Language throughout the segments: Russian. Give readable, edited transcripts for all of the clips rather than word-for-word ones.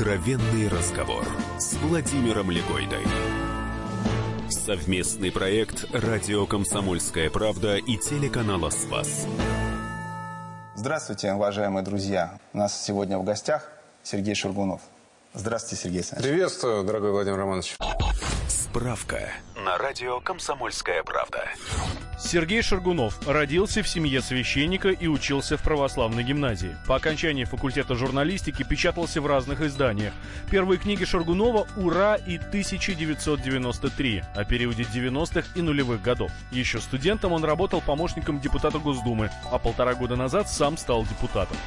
Откровенный разговор с Владимиром Легойдой. Совместный проект «Радио Комсомольская правда» и телеканала «Спас». Здравствуйте, уважаемые друзья. У нас сегодня в гостях Сергей Шургунов. Здравствуйте, Сергей Александрович. Приветствую, дорогой Владимир Романович. Справка на радио «Комсомольская правда». Сергей Шургунов родился в семье священника и учился в православной гимназии. По окончании факультета журналистики печатался в разных изданиях. Первые книги Шургунова «Ура» и «1993» о периоде 90-х и нулевых годов. Еще студентом он работал помощником депутата Госдумы, а 1,5 года назад сам стал депутатом.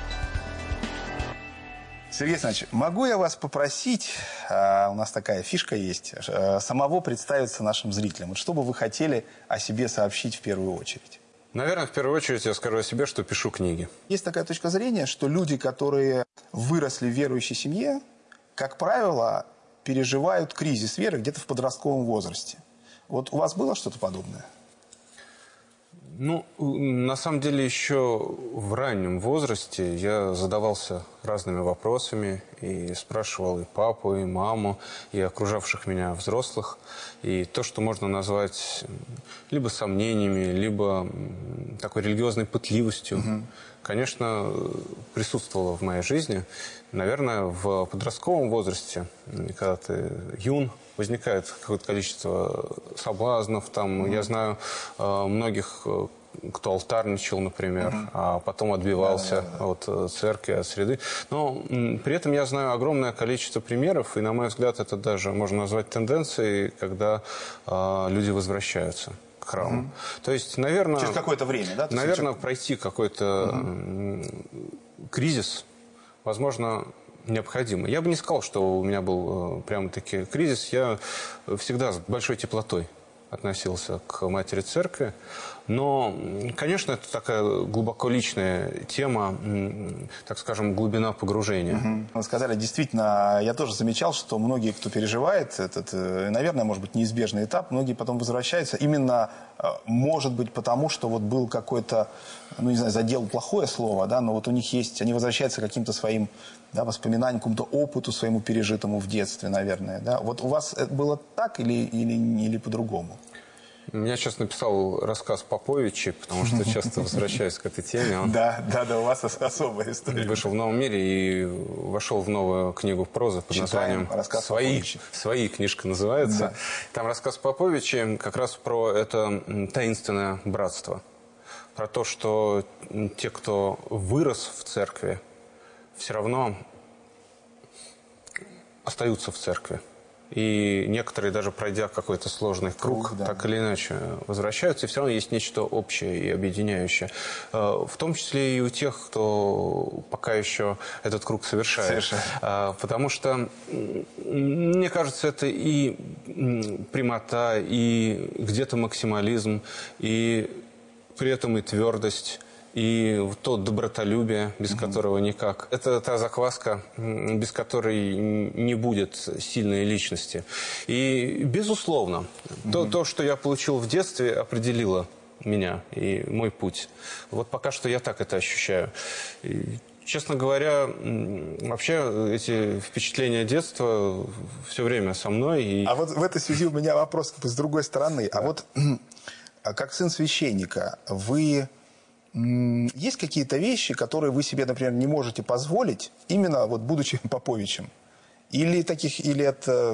Сергей Александрович, могу я вас попросить, у нас такая фишка есть, самого представиться нашим зрителям? Вот что бы вы хотели о себе сообщить в первую очередь? Наверное, в первую очередь я скажу о себе, что пишу книги. Есть такая точка зрения, что люди, которые выросли в верующей семье, как правило, переживают кризис веры где-то в подростковом возрасте. Вот у вас было что-то подобное? Ну, на самом деле, еще в раннем возрасте я задавался разными вопросами и спрашивал и папу, и маму, и окружавших меня взрослых. И то, что можно назвать либо сомнениями, либо такой религиозной пытливостью, конечно, присутствовало в моей жизни. Наверное, в подростковом возрасте, когда ты юн, возникает какое-то количество соблазнов. Там, я знаю многих, кто алтарничал, например, а потом отбивался от церкви, от среды. Но при этом я знаю огромное количество примеров, и, на мой взгляд, это даже можно назвать тенденцией, когда люди возвращаются к храму. То есть, наверное... Через какое-то время, да? Наверное, пройти какой-то кризис, возможно, необходимо. Я бы не сказал, что у меня был прямо-таки кризис. Я всегда с большой теплотой относился к матери церкви. Но, конечно, это такая глубоко личная тема, так скажем, глубина погружения. Вы сказали, действительно, я тоже замечал, что многие, кто переживает этот, наверное, может быть, неизбежный этап, многие потом возвращаются именно, может быть, потому что вот был какой-то, ну, не знаю, задел плохое слово, да, но вот у них есть, они возвращаются к каким-то своим, да, воспоминаниям, к какому-то опыту своему пережитому в детстве, наверное, да. Вот у вас это было так или по-другому? Я сейчас написал рассказ Поповича, потому что часто возвращаюсь к этой теме. Да, у вас особая история. Вышел в новом мире и вошел в новую книгу прозы под названием «Свои» книжка называется. Да. Там рассказ Поповича как раз про это таинственное братство. Про то, что те, кто вырос в церкви, все равно остаются в церкви. И некоторые, даже пройдя какой-то сложный круг, так или иначе возвращаются, и все равно есть нечто общее и объединяющее. В том числе и у тех, кто пока еще этот круг совершает. Потому что, мне кажется, это и прямота, и где-то максимализм, и при этом и твердость, и то добротолюбие, без которого никак. Это та закваска, без которой не будет сильной личности. И, безусловно, то, что я получил в детстве, определило меня и мой путь. Вот пока что я так это ощущаю. И, честно говоря, вообще эти впечатления детства все время со мной. А вот в этой связи у меня вопрос с другой стороны. А вот как сын священника, вы... Есть какие-то вещи, которые вы себе, например, не можете позволить, именно вот будучи Поповичем? Или это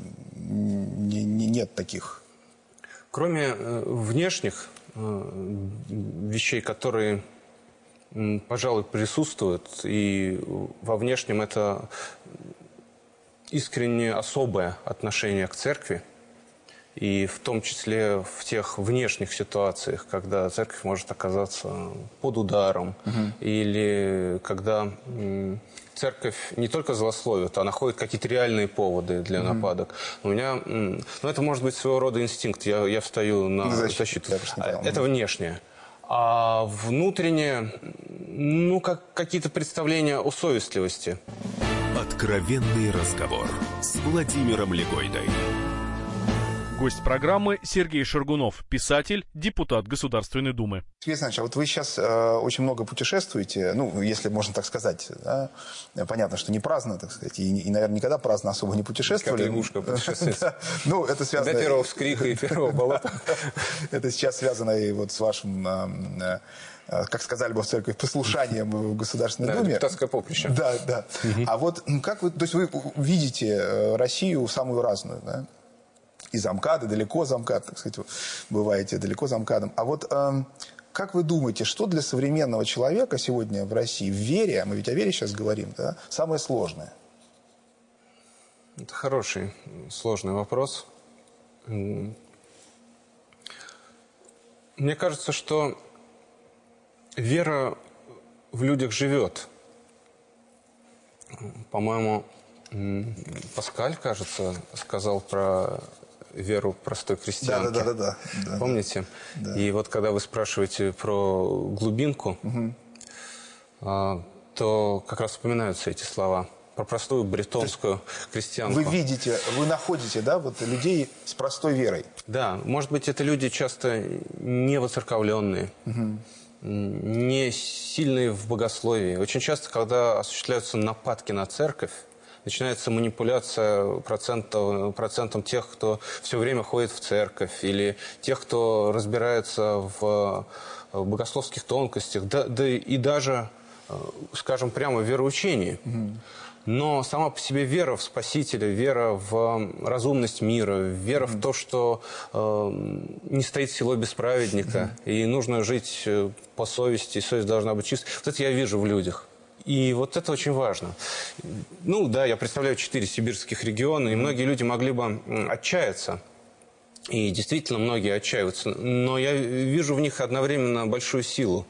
нет таких? Кроме внешних вещей, которые, пожалуй, присутствуют, и во внешнем это искренне особое отношение к церкви, и в том числе в тех внешних ситуациях, когда церковь может оказаться под ударом, или когда церковь не только злословит, а находит какие-то реальные поводы для нападок. У меня, это может быть своего рода инстинкт, я встаю на защиту. Это внешнее. А внутреннее, как какие-то представления о совестливости. Откровенный разговор с Владимиром Легойдой. Гость программы Сергей Шаргунов, писатель, депутат Государственной Думы. Сергей Александрович, а вот вы сейчас очень много путешествуете, ну, если можно так сказать, да? Понятно, что не праздно, так сказать, и, наверное, никогда праздно особо не путешествовали. Как лягушка путешествует. Ну, это связано... До первого вскрика и первого болота. Это сейчас связано и вот с вашим... как сказали бы в церкви, послушанием в Государственной Думе. Депутатское поприще. Да, да. А вот как вы, то есть вы видите Россию самую разную, да? Из МКАДа, далеко за МКАД, так сказать, бываете далеко за МКАДом. А вот как вы думаете, что для современного человека сегодня в России в вере, а мы ведь о вере сейчас говорим, да, самое сложное? Это хороший, сложный вопрос. Мне кажется, что вера в людях живет. По-моему, Паскаль, кажется, сказал про веру простой крестьянки. Да. Помните? Да. И вот когда вы спрашиваете про глубинку, то как раз вспоминаются эти слова. Про простую бретонскую крестьянку. Вы видите, вы находите, да, вот людей с простой верой. Да, может быть, это люди часто не воцерковленные, не сильные в богословии. Очень часто, когда осуществляются нападки на церковь, начинается манипуляция процентом тех, кто все время ходит в церковь, или тех, кто разбирается в богословских тонкостях, да и даже, скажем прямо, в вероучении. Но сама по себе вера в Спасителя, вера в разумность мира, вера в то, что не стоит село без праведника, и нужно жить по совести, и совесть должна быть чистой. Вот это я вижу в людях. И вот это очень важно. Ну да, я представляю 4 сибирских региона, и многие люди могли бы отчаяться. И действительно многие отчаиваются. Но я вижу в них одновременно большую силу.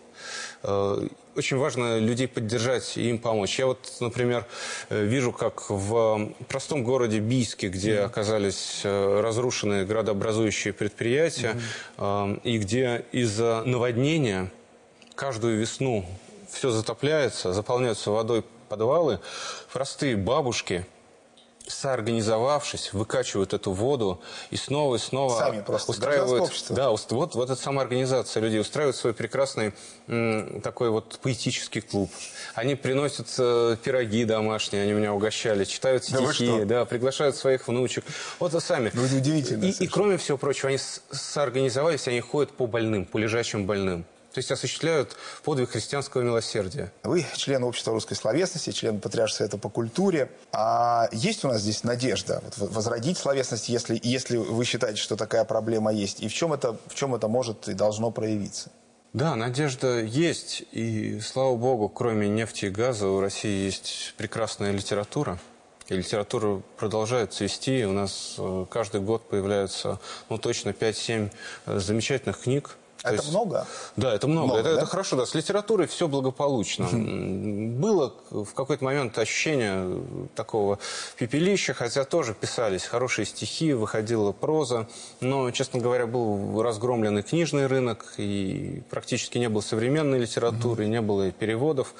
Очень важно людей поддержать и им помочь. Я вот, например, вижу, как в простом городе Бийске, где оказались разрушены градообразующие предприятия, и где из-за наводнения каждую весну все затопляется, заполняются водой подвалы, простые бабушки, соорганизовавшись, выкачивают эту воду и снова сами просто устраивают. Да, вот эта самоорганизация людей устраивает свой прекрасный такой вот поэтический клуб. Они приносят пироги домашние, они меня угощали, читают стихи, да, приглашают своих внучек. Вот это сами. Ну, это удивительно. И кроме всего прочего, они соорганизовались, они ходят по больным, по лежачим больным. То есть осуществляют подвиг христианского милосердия. Вы член общества русской словесности, член Патриаршего совета по культуре. А есть у нас здесь надежда возродить словесность, если вы считаете, что такая проблема есть? И в чем это может и должно проявиться? Да, надежда есть. И, слава богу, кроме нефти и газа у России есть прекрасная литература. И литературу продолжают цвести. У нас каждый год появляются, точно 5-7 замечательных книг. Это много? Да, это много. Это хорошо, да. С литературой все благополучно. Было в какой-то момент ощущение такого пепелища, хотя тоже писались хорошие стихи, выходила проза. Но, честно говоря, был разгромлен и книжный рынок, и практически не было современной литературы, не было и переводов.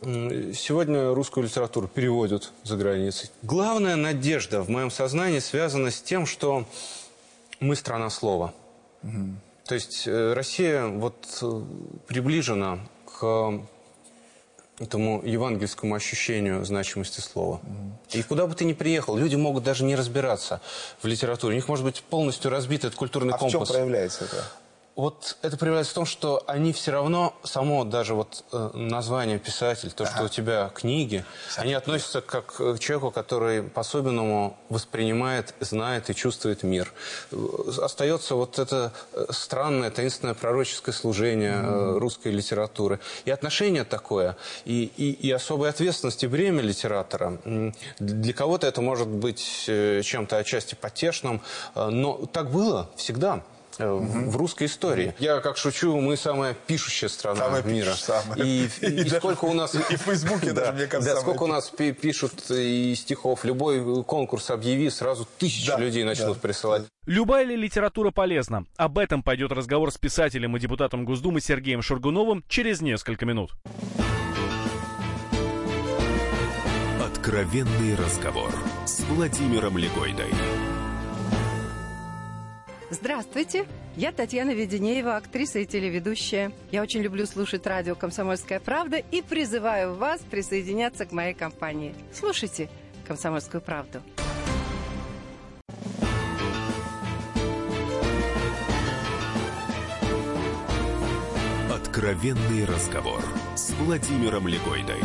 Сегодня русскую литературу переводят за границей. Главная надежда в моем сознании связана с тем, что мы страна слова. То есть Россия приближена к этому евангельскому ощущению значимости слова. И куда бы ты ни приехал, люди могут даже не разбираться в литературе. У них может быть полностью разбит этот культурный компас. А в чем проявляется это? Вот это проявляется в том, что они все равно, само даже название писатель, то, что у тебя книги, они относятся как к человеку, который по-особенному воспринимает, знает и чувствует мир. Остается это странное, таинственное пророческое служение русской литературы. И отношение такое, и особая ответственность и бремя литератора. Для кого-то это может быть чем-то отчасти потешным, но так было всегда. В русской истории. Я как шучу, мы самая пишущая страна мира. И сколько у нас... И в Фейсбуке даже, мне кажется, да, сколько у нас пишут и стихов. Любой конкурс объяви, сразу тысячи людей начнут присылать. Любая ли литература полезна? Об этом пойдет разговор с писателем и депутатом Госдумы Сергеем Шаргуновым через несколько минут. Откровенный разговор с Владимиром Легойдой. Здравствуйте, я Татьяна Веденеева, актриса и телеведущая. Я очень люблю слушать радио «Комсомольская правда» и призываю вас присоединяться к моей компании. Слушайте «Комсомольскую правду». Откровенный разговор с Владимиром Легойдой.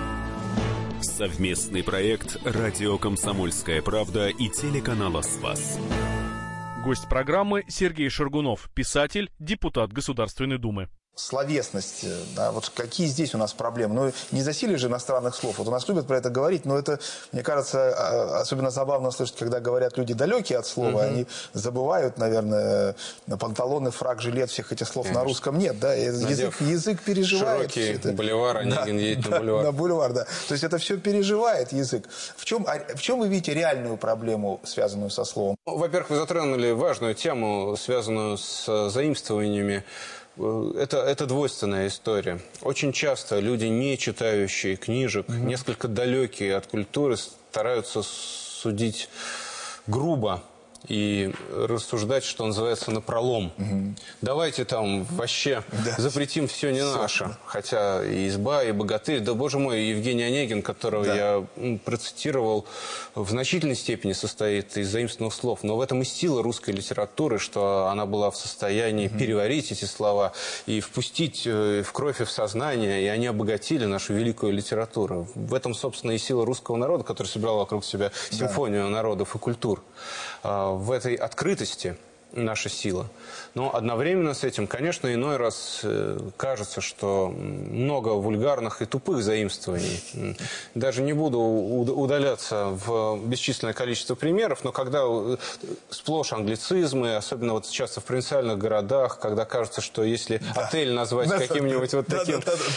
Совместный проект «Радио Комсомольская правда» и телеканала «Спас». Гость программы Сергей Шаргунов, писатель, депутат Государственной Думы. Словесность, да, вот какие здесь у нас проблемы? Ну, не засилие же иностранных слов. Вот у нас любят про это говорить, но это, мне кажется, особенно забавно слышать, когда говорят люди далекие от слова, они забывают, наверное, панталоны, фрак, жилет, всех этих слов на русском нет, да, язык переживает. Широкий бульвар, Онегин едет на бульвар. На бульвар, да. То есть это все переживает язык. В чем вы видите реальную проблему, связанную со словом? Во-первых, вы затронули важную тему, связанную с заимствованиями. Это двойственная история. Очень часто люди, не читающие книжек, несколько далекие от культуры, стараются судить грубо и рассуждать, что называется, напролом. Давайте там вообще запретим все не наше. Хотя и «Изба», и «Богатырь», да, боже мой, Евгений Онегин, которого я процитировал, в значительной степени состоит из заимствованных слов. Но в этом и сила русской литературы, что она была в состоянии переварить эти слова и впустить в кровь и в сознание, и они обогатили нашу великую литературу. В этом, собственно, и сила русского народа, который собирал вокруг себя симфонию народов и культур. В этой открытости наша сила. Но одновременно с этим, конечно, иной раз кажется, что много вульгарных и тупых заимствований. Даже не буду удаляться в бесчисленное количество примеров, но когда сплошь англицизмы, особенно вот часто в провинциальных городах, когда кажется, что если отель назвать каким-нибудь вот таким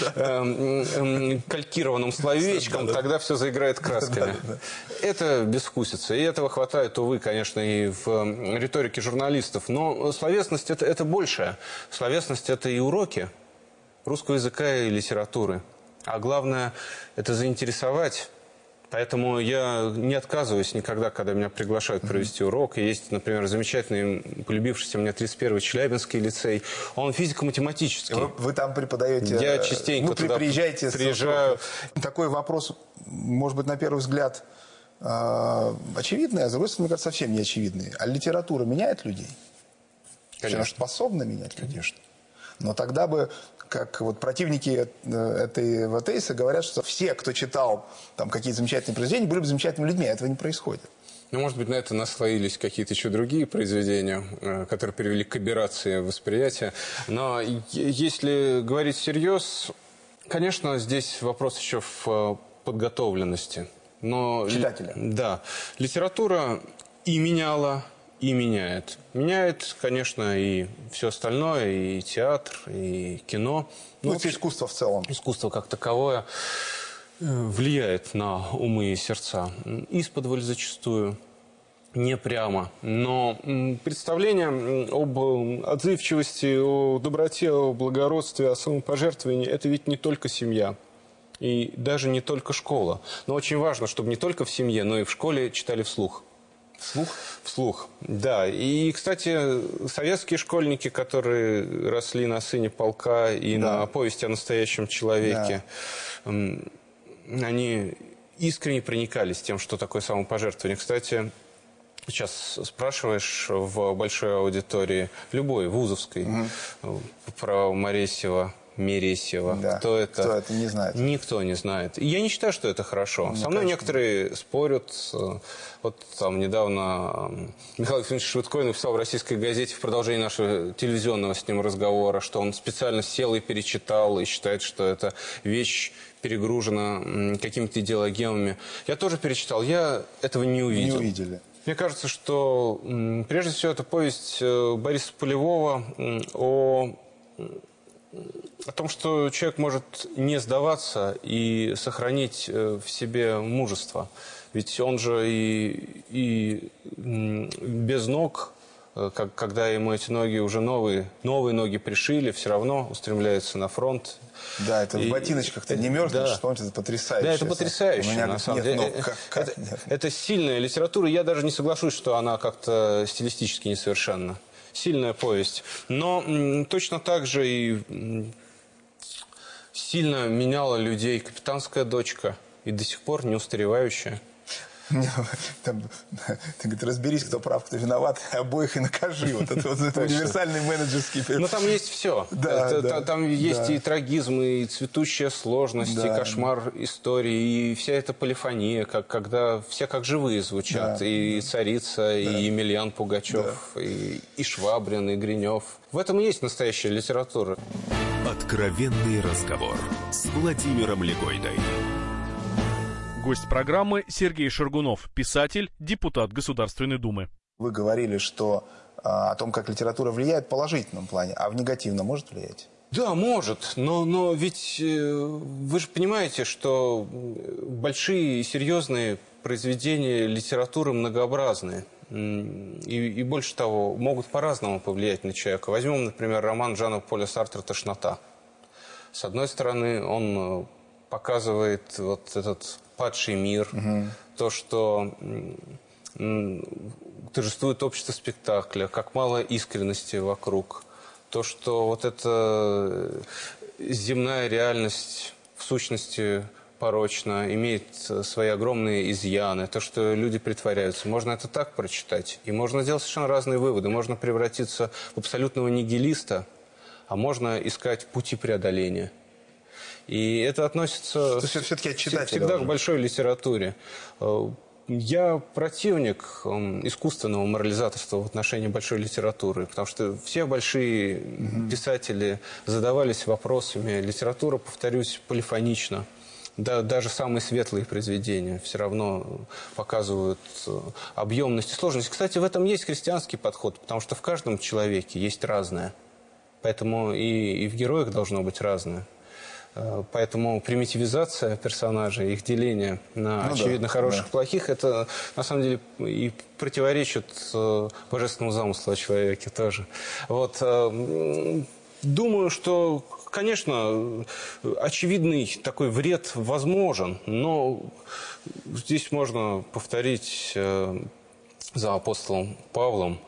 калькированным словечком, тогда все заиграет красками. Это безвкусица. И этого хватает, увы, конечно, и в риторике журналистов. Но словесность это большее. Словесность это и уроки русского языка и литературы. А главное это заинтересовать. Поэтому я не отказываюсь никогда, когда меня приглашают провести урок. Есть, например, замечательный, полюбившийся мне 31-й Челябинский лицей. Он физико-математический. Вы там преподаете? Я частенько туда приезжаю. Такой вопрос, может быть, на первый взгляд очевидный, а с другой стороны, мне кажется, совсем не очевидный. А литература меняет людей? Конечно. Она способна менять людей. Конечно. Но тогда бы, как вот противники этого тезиса говорят, что все, кто читал там какие-то замечательные произведения, были бы замечательными людьми, а этого не происходит. Ну, может быть, на это наслоились какие-то еще другие произведения, которые привели к аберрации восприятия. Но если говорить всерьез, конечно, здесь вопрос еще в подготовленности. Но читателя. Да. Литература и меняла, и меняет. Меняет, конечно, и все остальное, и театр, и кино. Ну, это искусство в целом. Искусство как таковое влияет на умы и сердца. Исподволь зачастую, не прямо. Но представление об отзывчивости, о доброте, о благородстве, о самопожертвовании – это ведь не только семья. И даже не только школа. Но очень важно, чтобы не только в семье, но и в школе читали вслух. Вслух? Вслух, да. И, кстати, советские школьники, которые росли на «Сыне полка» и на повести о настоящем человеке, они искренне проникались тем, что такое самопожертвование. Кстати, сейчас спрашиваешь в большой аудитории, любой, вузовской, про Мересьева, да. Кто это? Кто это, не знает. Никто не знает. И я не считаю, что это хорошо. Со мной некоторые спорят. Вот там недавно Михаил Ефимович Швыдкой написал в «Российской газете» в продолжении нашего телевизионного с ним разговора, что он специально сел и перечитал, и считает, что эта вещь перегружена какими-то идеологемами. Я тоже перечитал. Я этого не увидел. Не увидели. Мне кажется, что прежде всего это повесть Бориса Полевого о том, что человек может не сдаваться и сохранить в себе мужество. Ведь он же и без ног, когда ему эти ноги уже новые ноги пришили, все равно устремляется на фронт. Да, это в ботиночках-то не мерзнет, что это потрясающе. Да, это потрясающе, на самом деле. Это сильная литература. Я даже не соглашусь, что она как-то стилистически несовершенна. сильная повесть. Но точно так же и сильно меняла людей «Капитанская дочка», и до сих пор не устаревающая. Ты говоришь, разберись, кто прав, кто виноват, обоих и накажи. Вот это универсальный менеджерский... Ну, там есть все. Там есть и трагизм, и цветущая сложность, и кошмар истории, и вся эта полифония, когда все как живые звучат. И Царица, и Емельян Пугачев, и Швабрин, и Гринев. В этом и есть настоящая литература. Откровенный разговор с Владимиром Легойдой. Гость программы Сергей Шаргунов, писатель, депутат Государственной Думы. Вы говорили, что о том, как литература влияет в положительном плане, а в негативном может влиять? Да, может, но ведь вы же понимаете, что большие и серьезные произведения литературы многообразны. И больше того, могут по-разному повлиять на человека. Возьмем, например, роман Жана-Поля Сартра «Тошнота». С одной стороны, он показывает вот этот падший мир, то, что торжествует общество спектакля, как мало искренности вокруг, то, что вот эта земная реальность в сущности порочна, имеет свои огромные изъяны, то, что люди притворяются. Можно это так прочитать, и можно делать совершенно разные выводы. Можно превратиться в абсолютного нигилиста, а можно искать пути преодоления. И это относится всегда к большой литературе. Я противник искусственного морализаторства в отношении большой литературы, потому что все большие писатели задавались вопросами. Литература, повторюсь, полифонична. Да, даже самые светлые произведения все равно показывают объемность и сложность. Кстати, в этом есть христианский подход, потому что в каждом человеке есть разное. Поэтому и в героях должно быть разное. Поэтому примитивизация персонажей, их деление на очевидно хороших и плохих, это на самом деле и противоречит божественному замыслу о человеке тоже. Вот. Думаю, что, конечно, очевидный такой вред возможен, но здесь можно повторить за апостолом Павлом.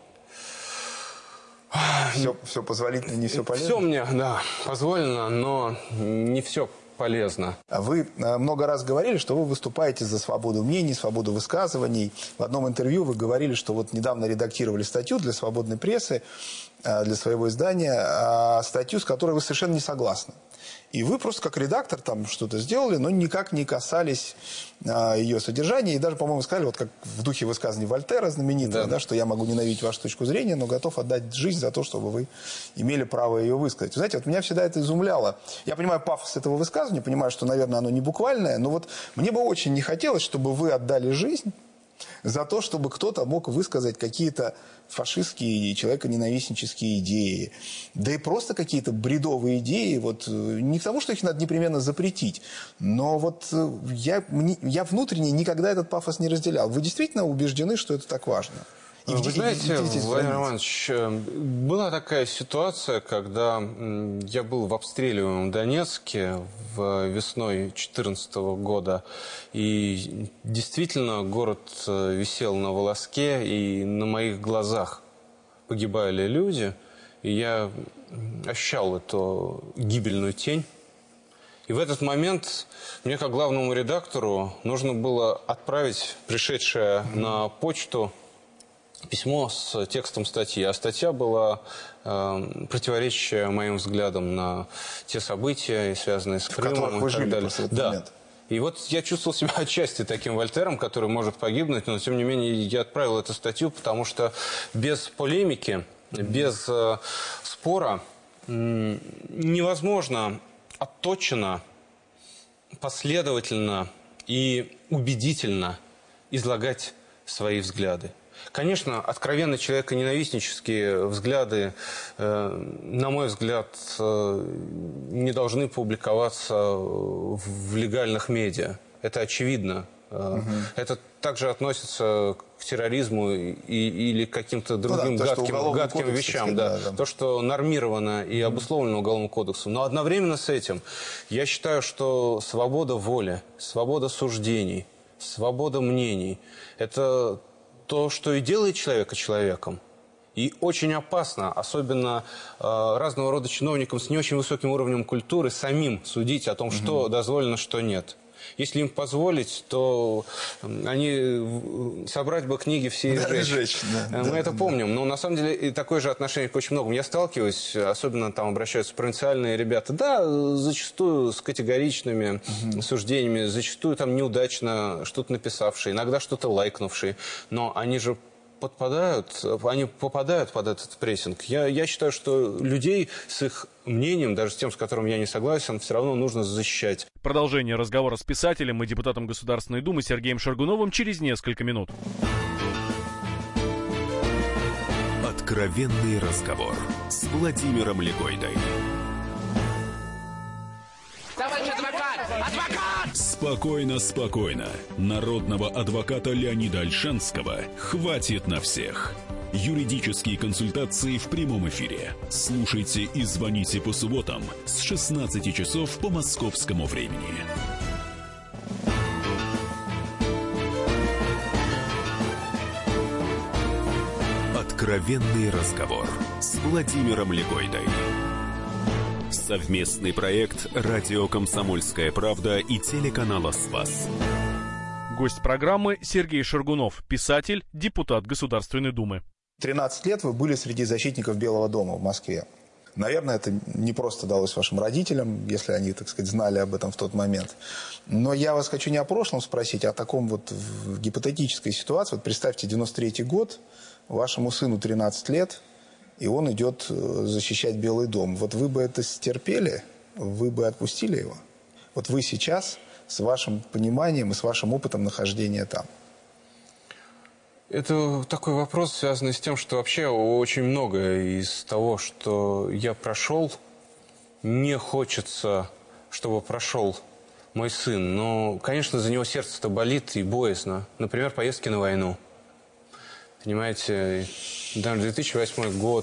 Все позволительно, не все полезно? Все мне, да, позволено, но не все полезно. Вы много раз говорили, что вы выступаете за свободу мнений, свободу высказываний. В одном интервью вы говорили, что вот недавно редактировали статью для «Свободной прессы», для своего издания, статью, с которой вы совершенно не согласны. И вы просто как редактор там что-то сделали, но никак не касались ее содержания. И даже, по-моему, сказали, вот как в духе высказаний Вольтера знаменитого, да, что я могу ненавидеть вашу точку зрения, но готов отдать жизнь за то, чтобы вы имели право ее высказать. Вы знаете, вот меня всегда это изумляло. Я понимаю пафос этого высказывания, понимаю, что, наверное, оно не буквальное, но вот мне бы очень не хотелось, чтобы вы отдали жизнь за то, чтобы кто-то мог высказать какие-то фашистские и человеконенавистнические идеи. Да и просто какие-то бредовые идеи. Вот, не к тому, что их надо непременно запретить. Но вот я внутренне никогда этот пафос не разделял. Вы действительно убеждены, что это так важно? Вы знаете, Владимир Иванович, была такая ситуация, когда я был в обстреливаемом Донецке весной 2014 года, и действительно город висел на волоске, и на моих глазах погибали люди, и я ощущал эту гибельную тень. И в этот момент мне, как главному редактору, нужно было отправить пришедшее на почту письмо с текстом статьи. А статья была противоречащая моим взглядам на те события, связанные с Крымом и так далее. Да. И вот я чувствовал себя отчасти таким Вольтером, который может погибнуть, но тем не менее я отправил эту статью, потому что без полемики, без спора невозможно отточенно, последовательно и убедительно излагать свои взгляды. Конечно, откровенно человеконенавистнические взгляды, на мой взгляд, не должны публиковаться в легальных медиа. Это очевидно. Это также относится к терроризму или к каким-то другим гадким вещам. Да. То, что нормировано и обусловлено Уголовным кодексом. Но одновременно с этим я считаю, что свобода воли, свобода суждений, свобода мнений – это то, что и делает человека человеком. И очень опасно, особенно разного рода чиновникам с не очень высоким уровнем культуры, самим судить о том, что дозволено, что нет. Если им позволить, то они собрать бы книги все и сжечь. Мы это помним. Но на самом деле и такое же отношение к очень многому. Я сталкиваюсь, особенно там обращаются провинциальные ребята. Да, зачастую с категоричными суждениями, зачастую там неудачно что-то написавшие, иногда что-то лайкнувшие. Но они же они попадают под этот прессинг. Я считаю, что людей с их мнением, даже с тем, с которым я не согласен, все равно нужно защищать. Продолжение разговора с писателем и депутатом Государственной Думы Сергеем Шаргуновым через несколько минут. Откровенный разговор с Владимиром Легойдой. Товарищ адвокат! Адвокат! Спокойно, спокойно. Народного адвоката Леонида Ольшанского хватит на всех. Юридические консультации в прямом эфире. Слушайте и звоните по субботам с 16 часов по московскому времени. Откровенный разговор с Владимиром Легойдой. Совместный проект «Радио Комсомольская правда» и телеканала «Спас». Гость программы Сергей Шаргунов, писатель, депутат Государственной Думы. 13 лет вы были среди защитников Белого дома в Москве. Наверное, это не просто далось вашим родителям, если они, так сказать, знали об этом в тот момент. Но я вас хочу не о прошлом спросить, а о таком вот гипотетической ситуации. Вот представьте, 93-й год, вашему сыну 13 лет, и он идет защищать Белый дом. Вот вы бы это стерпели? Вы бы отпустили его? Вот вы сейчас с вашим пониманием и с вашим опытом нахождения там. Это такой вопрос, связанный с тем, что вообще очень многое из того, что я прошел, не хочется, чтобы прошел мой сын. Но, конечно, за него сердце-то болит и боязно. Например, поездки на войну. Понимаете, даже 2008 год,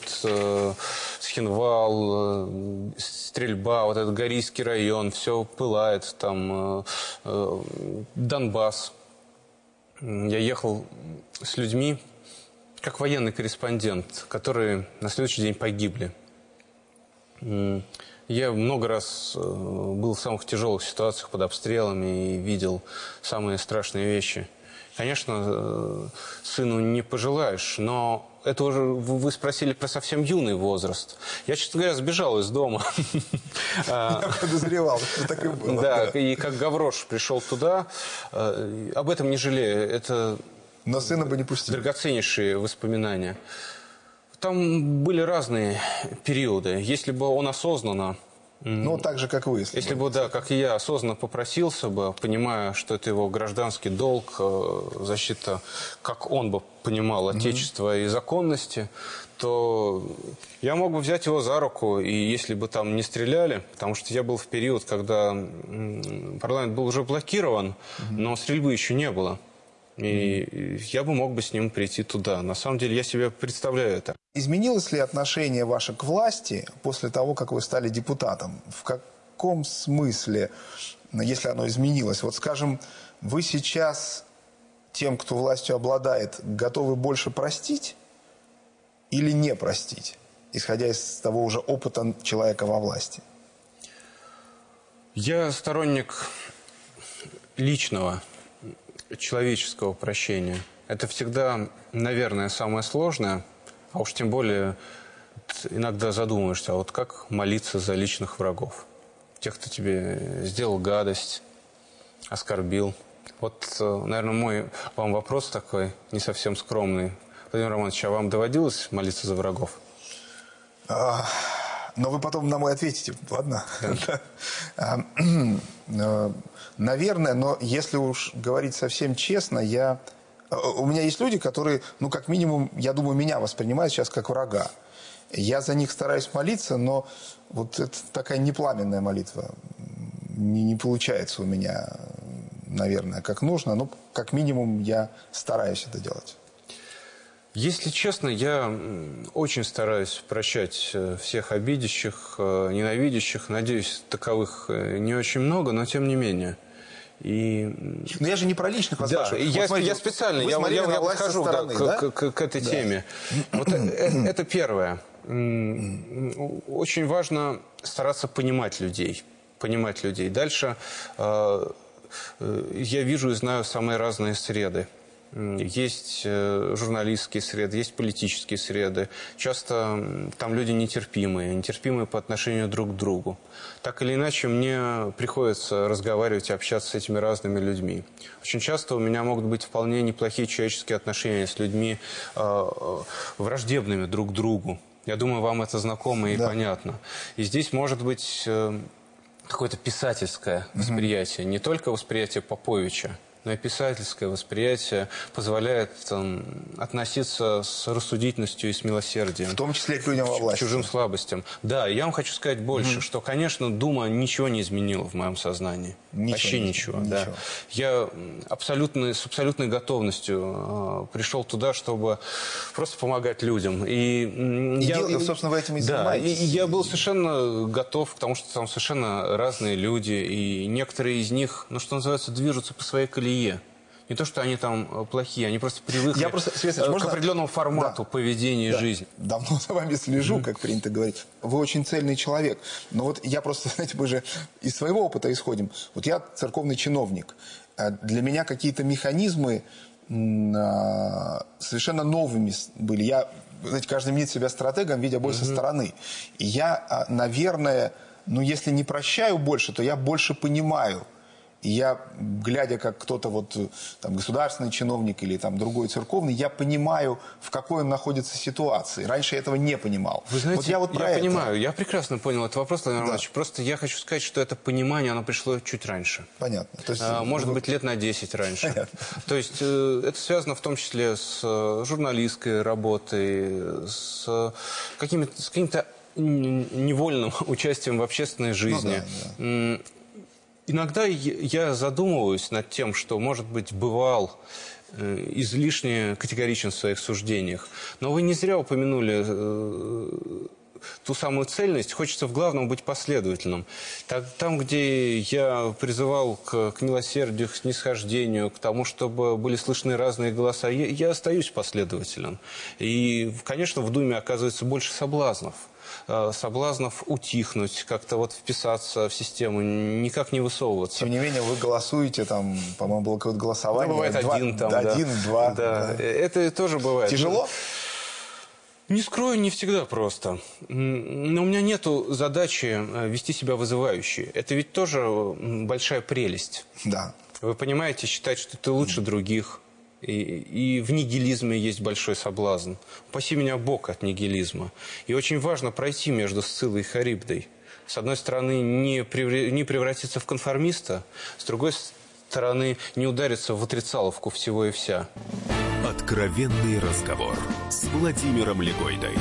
Схинвал, стрельба, вот этот Горийский район, все пылает, там Донбасс. Я ехал с людьми, как военный корреспондент, которые на следующий день погибли. Я много раз был в самых тяжелых ситуациях под обстрелами и видел самые страшные вещи. Конечно, сыну не пожелаешь, но это уже вы спросили про совсем юный возраст. Я, честно говоря, сбежал из дома. Я подозревал, что так и было. Да, и как Гаврош пришел туда, об этом не жалею. Это но сына бы не пустили. Драгоценнейшие воспоминания. Там были разные периоды. Если бы он осознанно... Ну, так же, как вы. Если бы, да, как и я, осознанно попросился бы, понимая, что это его гражданский долг, защита, как он бы понимал, отечества и законности, то я мог бы взять его за руку, и если бы там не стреляли, потому что я был в период, когда парламент был уже блокирован, но стрельбы еще не было. И я бы мог бы с ним прийти туда. На самом деле, я себе представляю это. Изменилось ли отношение ваше к власти после того, как вы стали депутатом? В каком смысле, если оно изменилось? Вот, скажем, вы сейчас тем, кто властью обладает, готовы больше простить или не простить, исходя из того уже опыта человека во власти? Я сторонник личного, человеческого прощения. Это всегда, наверное, самое сложное. А уж тем более иногда задумаешься, а вот как молиться за личных врагов? Тех, кто тебе сделал гадость, оскорбил. Вот, наверное, мой вам вопрос такой, не совсем скромный. Владимир Романович, а вам доводилось молиться за врагов? Но вы потом на мой ответите, ладно? Наверное, но если уж говорить совсем честно, у меня есть люди, которые, ну, как минимум, я думаю, меня воспринимают сейчас как врага. Я за них стараюсь молиться, но вот это такая непламенная молитва. Не получается у меня, наверное, как нужно. Но как минимум я стараюсь это делать. Если честно, я очень стараюсь прощать всех обидящих, ненавидящих. Надеюсь, таковых не очень много, но тем не менее. Но я же не про личных вас спрашиваю. Я специально, я подхожу к этой теме. Вот это первое. Очень важно стараться понимать людей. Дальше я вижу и знаю самые разные среды. Есть журналистские среды, есть политические среды. Часто там люди нетерпимые по отношению друг к другу. Так или иначе, мне приходится разговаривать и общаться с этими разными людьми. Очень часто у меня могут быть вполне неплохие человеческие отношения с людьми, враждебными друг к другу. Я думаю, вам это знакомо и понятно. И здесь может быть какое-то писательское восприятие, не только восприятие Поповича, но и писательское восприятие позволяет относиться с рассудительностью и с милосердием. В том числе к людям во власти. К чужим слабостям. Да, я вам хочу сказать больше, что, конечно, Дума ничего не изменила в моем сознании. Вообще ничего. Да. Я с абсолютной готовностью пришел туда, чтобы просто помогать людям. Собственно, вы этим и занимаетесь. И я был совершенно готов к тому, что там совершенно разные люди. И некоторые из них, что называется, движутся по своей колее. Не то, что они там плохие, они просто привыкли к определенному формату поведения и жизни. Давно за вами слежу, как принято говорить. Вы очень цельный человек. Но вот я просто, знаете, мы же из своего опыта исходим. Вот я церковный чиновник. Для меня какие-то механизмы совершенно новыми были. Я, знаете, каждый мнит себя стратегом, видя боль со стороны. И я, наверное, если не прощаю больше, то я больше понимаю. И я, глядя, как кто-то государственный чиновник или другой церковный, я понимаю, в какой он находится ситуации. Раньше я этого не понимал. Вы знаете, я понимаю, я прекрасно понял этот вопрос, Владимир Иванович. Просто я хочу сказать, что это понимание, оно пришло чуть раньше. Понятно. То есть, может быть, лет на 10 раньше. Понятно. То есть, это связано в том числе с журналистской работой, с каким-то невольным участием в общественной жизни. Иногда я задумываюсь над тем, что, может быть, бывал излишне категоричен в своих суждениях. Но вы не зря упомянули ту самую цельность. Хочется в главном быть последовательным. Там, где я призывал к милосердию, к снисхождению, к тому, чтобы были слышны разные голоса, я остаюсь последователем. И, конечно, в Думе оказывается больше соблазнов утихнуть, как-то вписаться в систему, никак не высовываться. Тем не менее, вы голосуете, по-моему, было какое-то голосование. Бывает один-два. Да. Это тоже бывает. Тяжело? Не скрою, не всегда просто. Но у меня нету задачи вести себя вызывающе. Это ведь тоже большая прелесть. Да. Вы понимаете, считать, что ты лучше других. И в нигилизме есть большой соблазн. Упаси меня Бог от нигилизма. И очень важно пройти между Сциллой и Харибдой. С одной стороны, не превратиться в конформиста, с другой стороны, не удариться в отрицаловку всего и вся. Откровенный разговор с Владимиром Легойдой.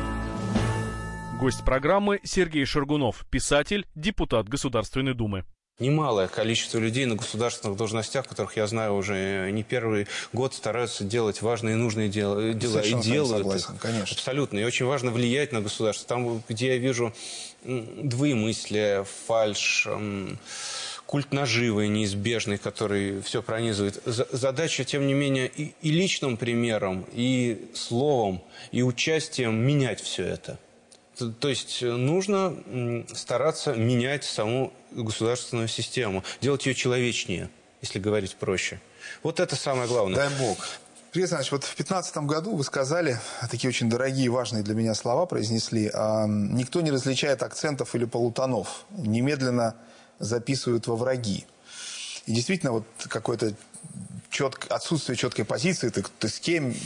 Гость программы Сергей Шаргунов, писатель, депутат Государственной Думы. Немалое количество людей на государственных должностях, которых я знаю уже не первый год, стараются делать важные и нужные дела и делают согласен, конечно. Абсолютно. И очень важно влиять на государство. Там, где я вижу двоемыслие, фальшь, культ наживы неизбежный, который все пронизывает. Задача, тем не менее, и личным примером, и словом, и участием менять все это. То есть нужно стараться менять саму государственную систему, делать ее человечнее, если говорить проще. Вот это самое главное. Дай Бог. Сергей Александрович, в 2015 году вы сказали, такие очень дорогие и важные для меня слова произнесли, никто не различает акцентов или полутонов, немедленно записывают во враги. И действительно, какое-то отсутствие четкой позиции, ты с кем,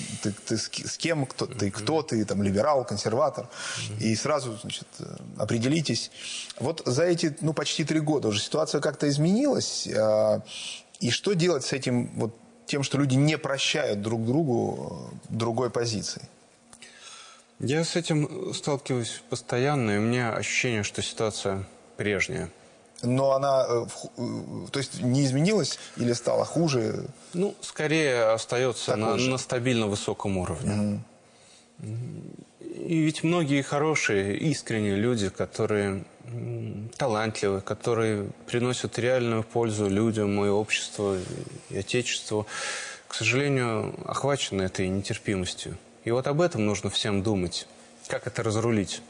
кто ты, либерал, консерватор, и сразу, определитесь. Вот за эти, почти 3 года уже ситуация как-то изменилась, и что делать с этим, тем, что люди не прощают друг другу другой позиции? Я с этим сталкиваюсь постоянно, и у меня ощущение, что ситуация прежняя. Но она, то есть, не изменилась или стала хуже? Скорее остается на стабильно высоком уровне. И ведь многие хорошие, искренние люди, которые талантливы, которые приносят реальную пользу людям и обществу, и отечеству, к сожалению, охвачены этой нетерпимостью. И вот об этом нужно всем думать. Как это разрулить?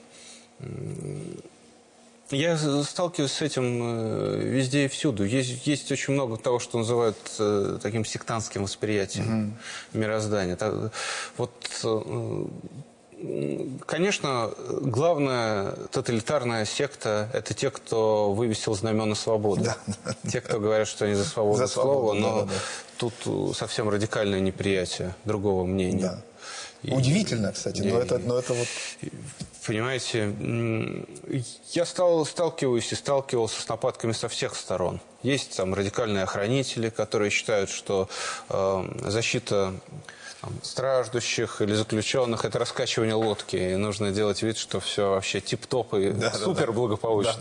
Я сталкиваюсь с этим везде и всюду. Есть очень много того, что называют таким сектантским восприятием мироздания. Вот, конечно, главная тоталитарная секта – это те, кто вывесил знамена свободы. Те, кто говорят, что они за свободу слова, но тут совсем радикальное неприятие другого мнения. Удивительно, кстати, но это вот... Понимаете, я сталкиваюсь и сталкивался с нападками со всех сторон. Есть там радикальные охранители, которые считают, что защита страждущих или заключенных – это раскачивание лодки. И нужно делать вид, что все вообще тип-топ и супер благополучно.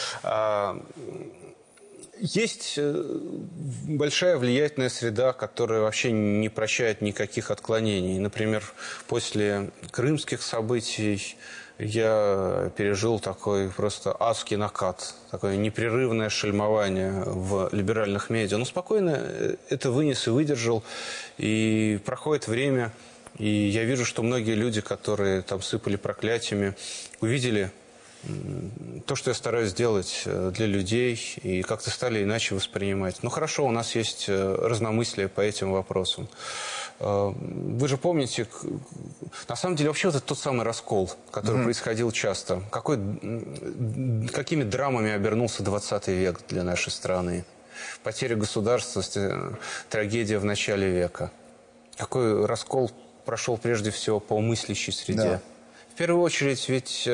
Есть большая влиятельная среда, которая вообще не прощает никаких отклонений. Например, после крымских событий я пережил такой просто адский накат, такое непрерывное шельмование в либеральных медиа. Но спокойно это вынес и выдержал, и проходит время, и я вижу, что многие люди, которые там сыпали проклятиями, увидели то, что я стараюсь сделать для людей, и как-то стали иначе воспринимать. Ну хорошо, у нас есть разномыслие по этим вопросам. Вы же помните, на самом деле вообще вот это тот самый раскол, который происходил часто. Какими драмами обернулся 20 век для нашей страны? Потеря государственности, трагедия в начале века. Какой раскол прошел прежде всего по мыслящей среде? Да. В первую очередь ведь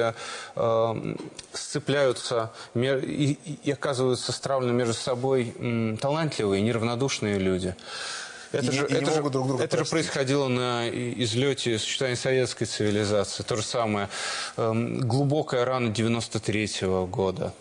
сцепляются и оказываются стравлены между собой талантливые, неравнодушные люди. Это же происходило на излете сочетания советской цивилизации. То же самое. Глубокая рана 93-го года.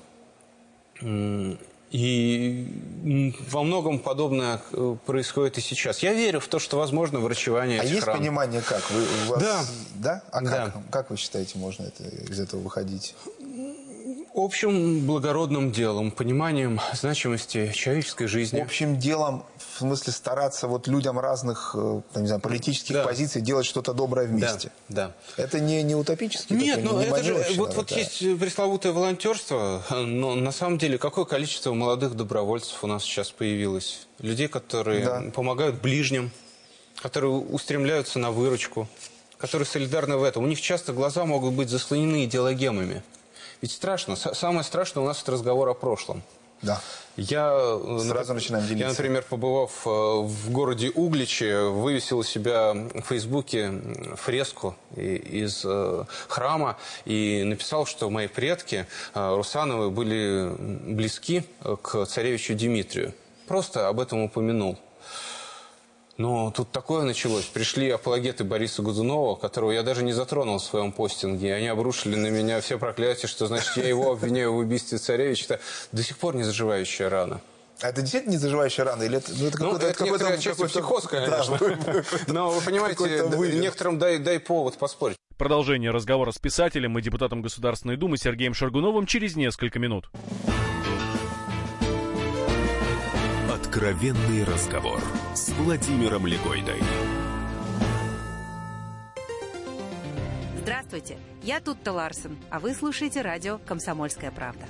И во многом подобное происходит и сейчас. Я верю в то, что возможно врачевание этих есть ран. Понимание, как? У вас... Да. А как вы считаете, можно из этого выходить? Общим благородным делом, пониманием значимости человеческой жизни. Общим делом, в смысле стараться вот людям разных, не знаю, политических позиций делать что-то доброе вместе. Да. Это не утопически? Нет, но это же, вот есть пресловутое волонтерство, но на самом деле какое количество молодых добровольцев у нас сейчас появилось? Людей, которые помогают ближним, которые устремляются на выручку, которые солидарны в этом. У них часто глаза могут быть заслонены идеологемами. Ведь страшно. Самое страшное у нас это разговор о прошлом. Да. Сразу начинаем делиться. Я, например, побывав в городе Угличе, вывесил у себя в Фейсбуке фреску из храма и написал, что мои предки Русановы были близки к царевичу Дмитрию. Просто об этом упомянул. Но тут такое началось. Пришли апологеты Бориса Годунова, которого я даже не затронул в своем постинге. И они обрушили на меня все проклятия, что, значит, я его обвиняю в убийстве царевича. Это до сих пор не заживающая рана. А это действительно не заживающая рана? Или это, некоторая часть психоз, конечно. Но вы понимаете, некоторым дай повод поспорить. Продолжение разговора с писателем и депутатом Государственной Думы Сергеем Шаргуновым через несколько минут. Откровенный разговор с Владимиром Легойдой. Здравствуйте, я Тутта Ларсен, а вы слушаете радио «Комсомольская правда».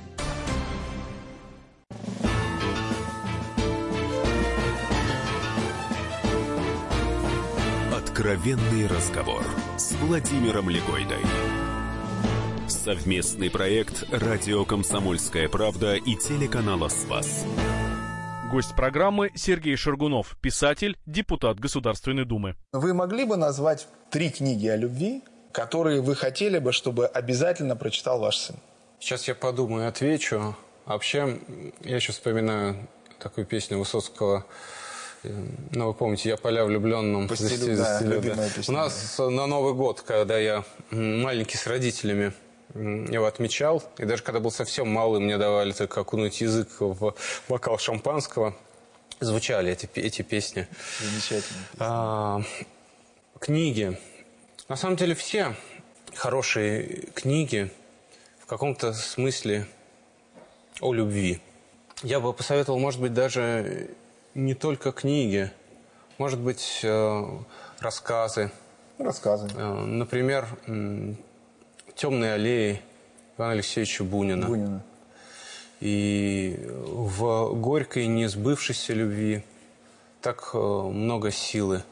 Откровенный разговор с Владимиром Легойдой. Совместный проект «Радио Комсомольская правда» и телеканала «Спас». Гость программы Сергей Шаргунов, писатель, депутат Государственной Думы. Вы могли бы назвать 3 книги о любви, которые вы хотели бы, чтобы обязательно прочитал ваш сын? Сейчас я подумаю и отвечу. Вообще, я еще вспоминаю такую песню Высоцкого. Ну, вы помните, «Я поля влюбленным». По стилю, да, любимая песня. У нас на Новый год, когда я маленький с родителями его отмечал, и даже когда был совсем малый, мне давали только окунуть язык в бокал шампанского, звучали эти песни. Замечательно. Книги. На самом деле все хорошие книги в каком-то смысле о любви. Я бы посоветовал, может быть, даже не только книги, может быть, рассказы. Рассказы. Например, «Темные аллеи» Ивана Алексеевича Бунина. И в горькой, несбывшейся любви так много силы.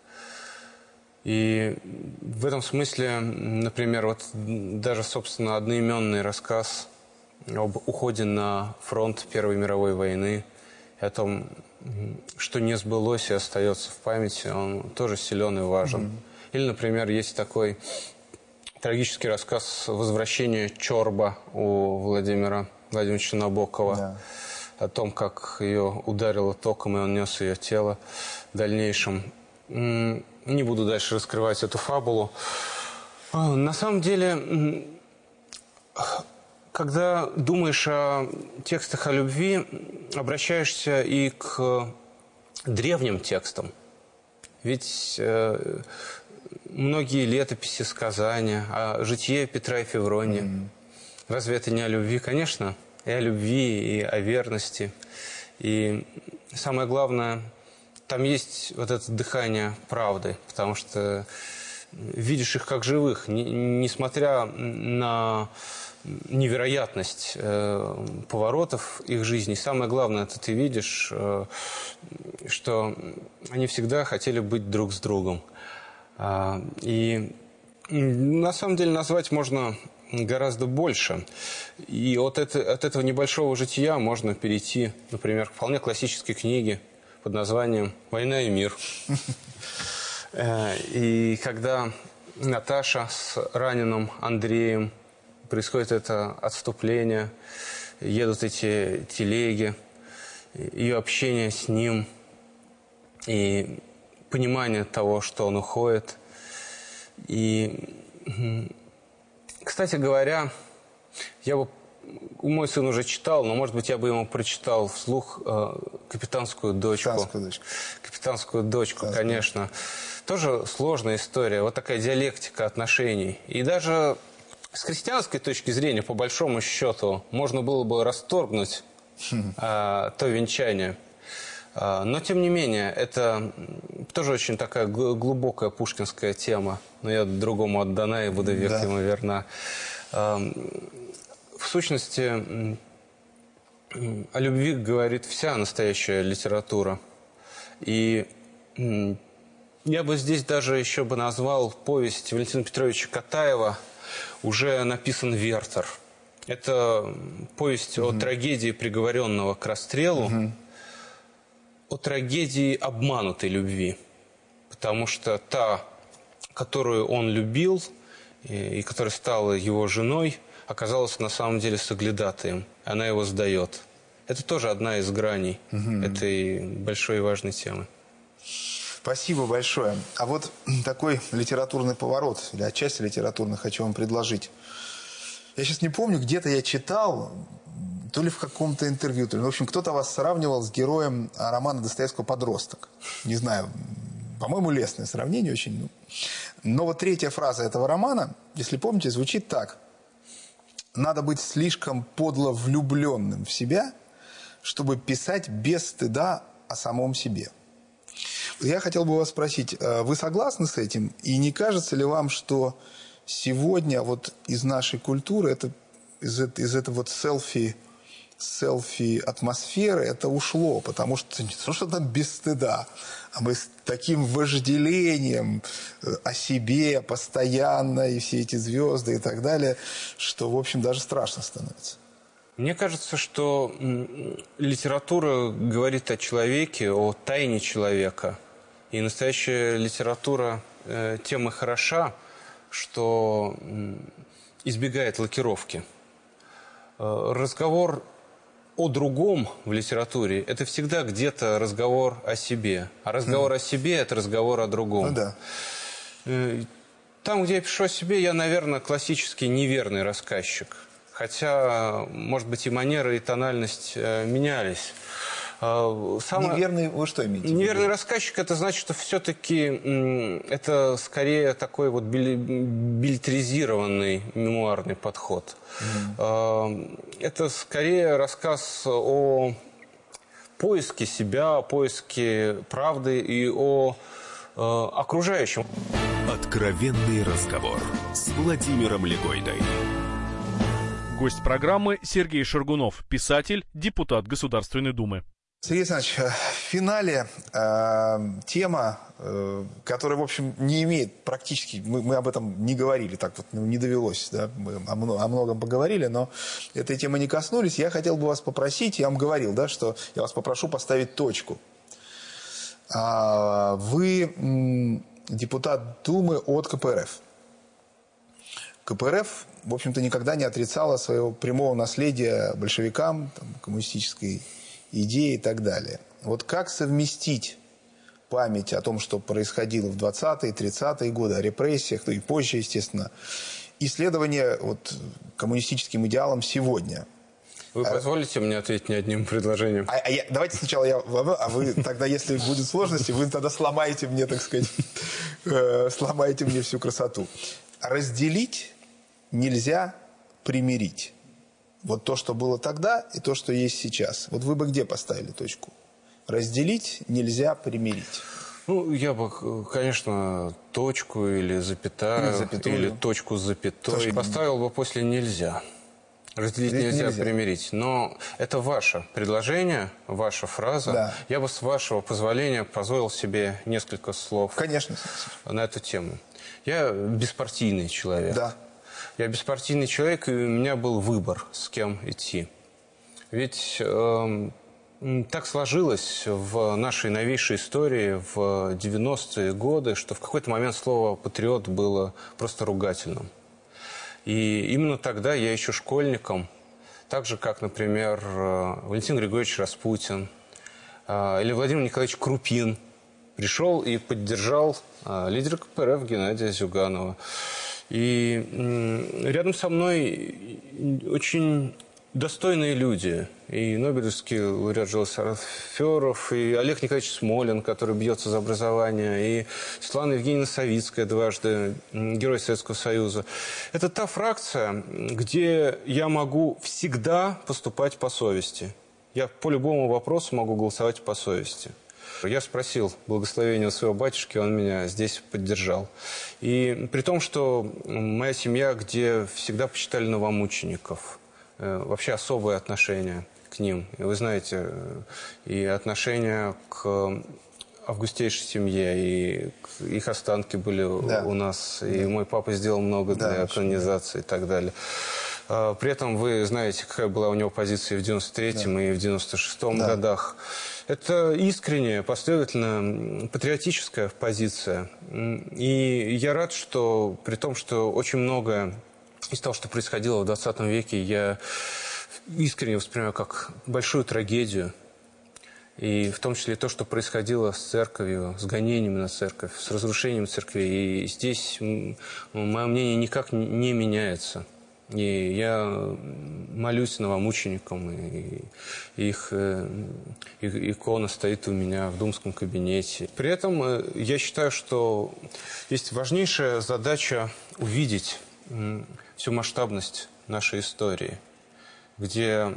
И в этом смысле, например, вот даже, собственно, одноименный рассказ об уходе на фронт Первой мировой войны, и о том, что не сбылось и остается в памяти, он тоже силен и важен. Или, например, есть такой трагический рассказ «Возвращение Чорба» у Владимира Владимировича Набокова. Да. О том, как ее ударило током, и он нес ее тело в дальнейшем. Не буду дальше раскрывать эту фабулу. На самом деле, когда думаешь о текстах о любви, обращаешься и к древним текстам. Ведь многие летописи, сказания, о житие Петра и Февронии. Разве это не о любви? Конечно, и о любви, и о верности. И самое главное, там есть вот это дыхание правды, потому что видишь их как живых, несмотря на невероятность поворотов их жизни. Самое главное, это ты видишь, что они всегда хотели быть друг с другом. И на самом деле назвать можно гораздо больше. И от этого небольшого жития можно перейти, например, к вполне классической книге под названием «Война и мир». И когда Наташа с раненым Андреем, происходит это отступление, едут эти телеги, ее общение с ним и понимание того, что он уходит. И, кстати говоря, мой сын уже читал, но, может быть, я бы ему прочитал вслух «Капитанскую дочку». «Капитанскую дочку», конечно. Тоже сложная история, вот такая диалектика отношений. И даже с христианской точки зрения, по большому счету, можно было бы расторгнуть то венчание. Но, тем не менее, это тоже очень такая глубокая пушкинская тема. Но я другому отдана и буду век ему верна. В сущности, о любви говорит вся настоящая литература. И я бы здесь даже еще бы назвал повесть Валентина Петровича Катаева «Уже написан Вертер». Это повесть о трагедии приговоренного к расстрелу, о трагедии обманутой любви. Потому что та, которую он любил и которая стала его женой, оказалась на самом деле соглядатаем. Она его сдает. Это тоже одна из граней этой большой и важной темы. Спасибо большое. А вот такой литературный поворот, или отчасти литературный, хочу вам предложить. Я сейчас не помню, где-то я читал, то ли в каком-то интервью, то ли, в общем, кто-то вас сравнивал с героем романа Достоевского «Подросток». Не знаю, по-моему, лестное сравнение очень. Но вот третья фраза этого романа, если помните, звучит так. «Надо быть слишком подло влюбленным в себя, чтобы писать без стыда о самом себе». Я хотел бы вас спросить, вы согласны с этим? И не кажется ли вам, что сегодня вот из нашей культуры, из этой вот селфи-атмосферы это ушло? Потому что не то, что там без стыда, а мы с таким вожделением о себе постоянно, и все эти звезды и так далее, что, в общем, даже страшно становится. Мне кажется, что литература говорит о человеке, о тайне человека. И настоящая литература тем и хороша, что избегает лакировки. Разговор о другом в литературе – это всегда где-то разговор о себе. А разговор о себе – это разговор о другом. Ну да. Там, где я пишу о себе, я, наверное, классический неверный рассказчик. Хотя, может быть, и манера, и тональность менялись. Неверный, вы что имеете в виду? Неверный рассказчик, это значит, что все-таки это скорее такой вот билетризированный мемуарный подход. Это скорее рассказ о поиске себя, о поиске правды и о окружающем. Откровенный разговор с Владимиром Легойдой. Гость программы Сергей Шаргунов, писатель, депутат Государственной Думы. Сергей Александрович, в финале тема, которая, в общем, не имеет практически... Мы об этом не говорили, так вот не довелось, да? Мы о многом поговорили, но этой темы не коснулись. Я хотел бы вас попросить, я вам говорил, да, что я вас попрошу поставить точку. Вы депутат Думы от КПРФ. КПРФ, в общем-то, никогда не отрицала своего прямого наследия большевикам, там, коммунистической идеи и так далее. Вот как совместить память о том, что происходило в 20-е, 30-е годы, о репрессиях, ну и позже, естественно, исследование вот, коммунистическим идеалам сегодня? Вы позволите мне ответить не одним предложением? Давайте сначала а вы тогда, если будут сложности, вы тогда сломаете мне, так сказать, сломаете мне всю красоту. Разделить нельзя примирить. Вот то, что было тогда, и то, что есть сейчас. Вот вы бы где поставили точку? Разделить нельзя примирить. Ну, я бы, конечно, точку или запятую, или точку с запятой поставил бы после «нельзя». Разделить нельзя, примирить. Но это ваше предложение, ваша фраза. Да. Я бы, с вашего позволения, позволил себе несколько слов, конечно, на эту тему. Я беспартийный человек. Да. Я беспартийный человек, и у меня был выбор, с кем идти. Ведь так сложилось в нашей новейшей истории в 90-е годы, что в какой-то момент слово «патриот» было просто ругательным. И именно тогда я еще школьником, так же, как, например, Валентин Григорьевич Распутин или Владимир Николаевич Крупин, пришел и поддержал лидера КПРФ Геннадия Зюганова. И рядом со мной очень достойные люди. И Нобелевский лауреат Фёров, и Олег Николаевич Смолин, который бьется за образование, и Светлана Евгеньевна Савицкая, дважды Герой Советского Союза. Это та фракция, где я могу всегда поступать по совести. Я по любому вопросу могу голосовать по совести. Я спросил благословения у своего батюшки, он меня здесь поддержал. И при том, что моя семья, где всегда почитали новомучеников, вообще особое отношение к ним. И вы знаете, и отношение к августейшей семье, и их останки были у нас, и мой папа сделал много для канонизации и так далее. При этом вы знаете, какая была у него позиция в 93-м и в 96-м годах. Это искренняя, последовательная, патриотическая позиция. И я рад, что при том, что очень многое из того, что происходило в 20 веке, я искренне воспринимаю как большую трагедию. И в том числе то, что происходило с церковью, с гонениями на церковь, с разрушением церкви. И здесь мое мнение никак не меняется. И я молюсь новомученикам, и их икона стоит у меня в думском кабинете. При этом я считаю, что есть важнейшая задача увидеть всю масштабность нашей истории, где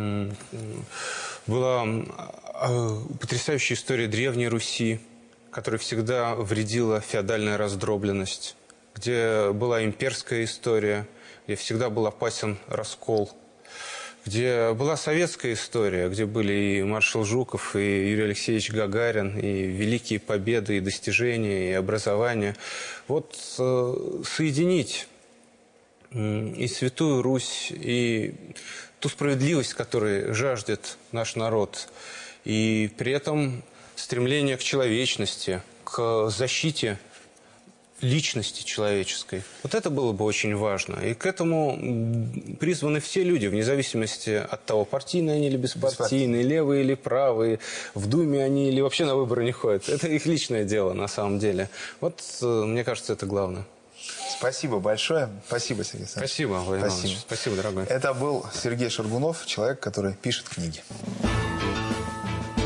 была потрясающая история Древней Руси, которой всегда вредила феодальная раздробленность, где была имперская история, где всегда был опасен раскол, где была советская история, где были и маршал Жуков, и Юрий Алексеевич Гагарин, и великие победы, и достижения, и образование. Вот соединить и Святую Русь, и ту справедливость, которой жаждет наш народ, и при этом стремление к человечности, к защите личности человеческой. Вот это было бы очень важно. И к этому призваны все люди, вне зависимости от того, партийные они или беспартийные, левые или правые, в Думе они или вообще на выборы не ходят. Это их личное дело, на самом деле. Вот, мне кажется, это главное. Спасибо большое. Спасибо, Сергей Александрович. Спасибо, Владимир Иванович. Спасибо, дорогой. Это был Сергей Шаргунов, человек, который пишет книги.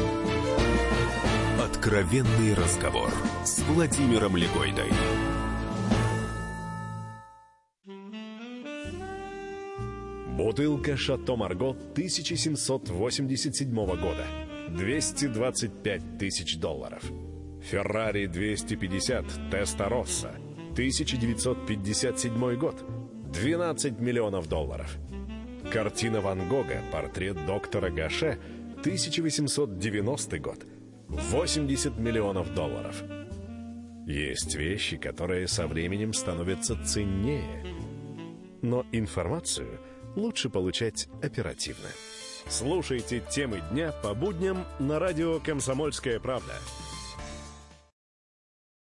Откровенный разговор с Владимиром Легойдой. Бутылка «Шато Марго» 1787 года. $225 тысяч. «Феррари 250 Теста-Росса» 1957 год. $12 миллионов. Картина Ван Гога «Портрет доктора Гаше» 1890 год. $80 миллионов. Есть вещи, которые со временем становятся ценнее. Но информацию лучше получать оперативно. Слушайте темы дня по будням на радио «Комсомольская правда».